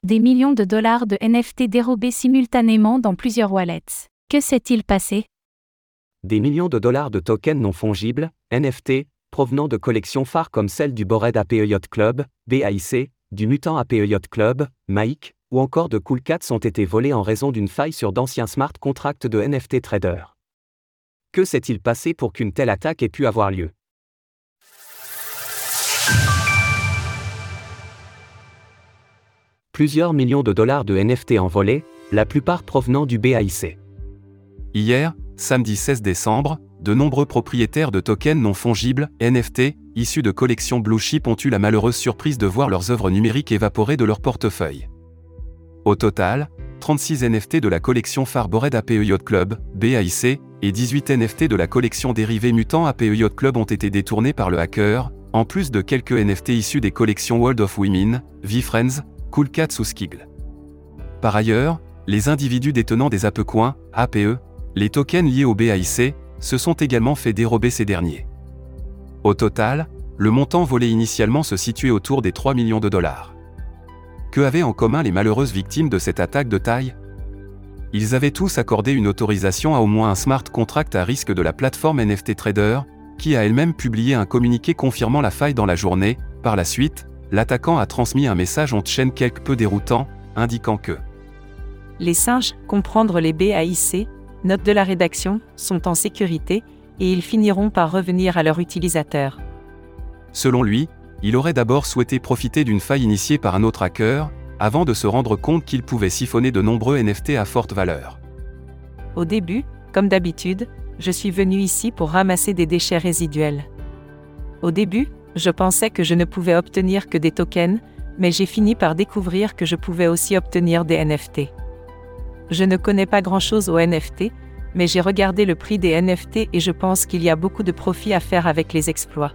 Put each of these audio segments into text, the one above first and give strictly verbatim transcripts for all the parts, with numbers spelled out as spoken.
Des millions de dollars de N F T dérobés simultanément dans plusieurs wallets. Que s'est-il passé? Des millions de dollars de tokens non fongibles, N F T, provenant de collections phares comme celle du Bored Ape Yacht Club, B A I C, du Mutant Ape Yacht Club, M A I C, ou encore de Cool Cats ont été volés en raison d'une faille sur d'anciens smart contracts de N F T traders. Que s'est-il passé pour qu'une telle attaque ait pu avoir lieu? Plusieurs millions de dollars de N F T envolés, la plupart provenant du B A I C. Hier, samedi seize décembre, de nombreux propriétaires de tokens non fongibles, N F T, issus de collections Blue Chip ont eu la malheureuse surprise de voir leurs œuvres numériques évaporer de leur portefeuille. Au total, trente-six N F T de la collection phare Bored Ape Yacht Club, B A I C, et dix-huit N F T de la collection dérivée Mutant Ape Yacht Club ont été détournés par le hacker, en plus de quelques N F T issus des collections World of Women, V-Friends, Cool Cats ou Skiggle. Par ailleurs, les individus détenant des ApeCoins, A P E, les tokens liés au B A I C, se sont également fait dérober ces derniers. Au total, le montant volé initialement se situait autour des trois millions de dollars. Que avaient en commun les malheureuses victimes de cette attaque de taille? Ils avaient tous accordé une autorisation à au moins un smart contract à risque de la plateforme N F T Trader, qui a elle-même publié un communiqué confirmant la faille dans la journée. Par la suite, l'attaquant a transmis un message on-chain quelque peu déroutant, indiquant que les singes, comprendre les B A I C, note de la rédaction, sont en sécurité, et ils finiront par revenir à leur utilisateur. Selon lui, il aurait d'abord souhaité profiter d'une faille initiée par un autre hacker, avant de se rendre compte qu'il pouvait siphonner de nombreux N F T à forte valeur. Au début, comme d'habitude, je suis venu ici pour ramasser des déchets résiduels. Au début, je pensais que je ne pouvais obtenir que des tokens, mais j'ai fini par découvrir que je pouvais aussi obtenir des N F T. Je ne connais pas grand-chose aux N F T, mais j'ai regardé le prix des N F T et je pense qu'il y a beaucoup de profit à faire avec les exploits.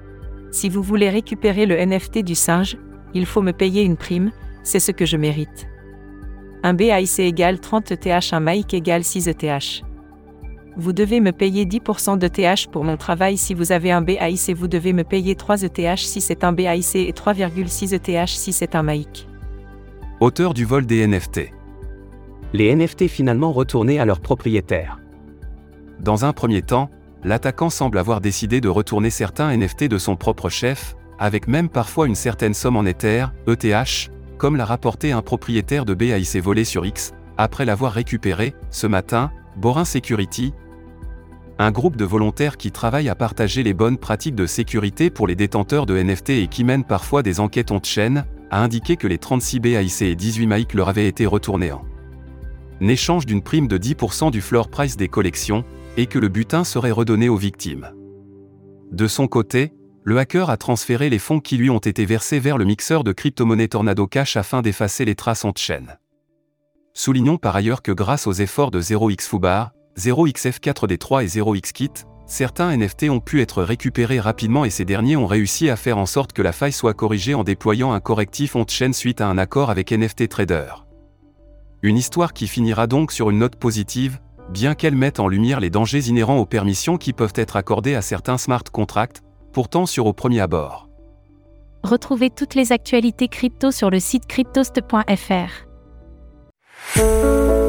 Si vous voulez récupérer le N F T du singe, il faut me payer une prime, c'est ce que je mérite. Un B A I C égale trente E T H, un M A I C égale six E T H. Vous devez me payer dix pour cent d'E T H pour mon travail. Si vous avez un B A I C, vous devez me payer trois E T H si c'est un B A I C et trois virgule six E T H si c'est un M A I C. Auteur du vol des N F T. Les N F T finalement retournés à leurs propriétaires. Dans un premier temps, l'attaquant semble avoir décidé de retourner certains N F T de son propre chef, avec même parfois une certaine somme en Ether, E T H, comme l'a rapporté un propriétaire de B A I C volé sur X, après l'avoir récupéré, ce matin, Borin Security, un groupe de volontaires qui travaille à partager les bonnes pratiques de sécurité pour les détenteurs de N F T et qui mène parfois des enquêtes on-chain, a indiqué que les trente-six B A I C et dix-huit M A I C leur avaient été retournés en échange d'une prime de dix pour cent du floor price des collections, et que le butin serait redonné aux victimes. De son côté, le hacker a transféré les fonds qui lui ont été versés vers le mixeur de crypto-monnaie Tornado Cash afin d'effacer les traces on-chain. Soulignons par ailleurs que grâce aux efforts de zéro x Fubar, zéro x F quatre D trois et zéro x Kit, certains N F T ont pu être récupérés rapidement et ces derniers ont réussi à faire en sorte que la faille soit corrigée en déployant un correctif on-chain suite à un accord avec N F T Trader. Une histoire qui finira donc sur une note positive, bien qu'elle mette en lumière les dangers inhérents aux permissions qui peuvent être accordées à certains smart contracts, pourtant sur au premier abord. Retrouvez toutes les actualités crypto sur le site cryptost point F R.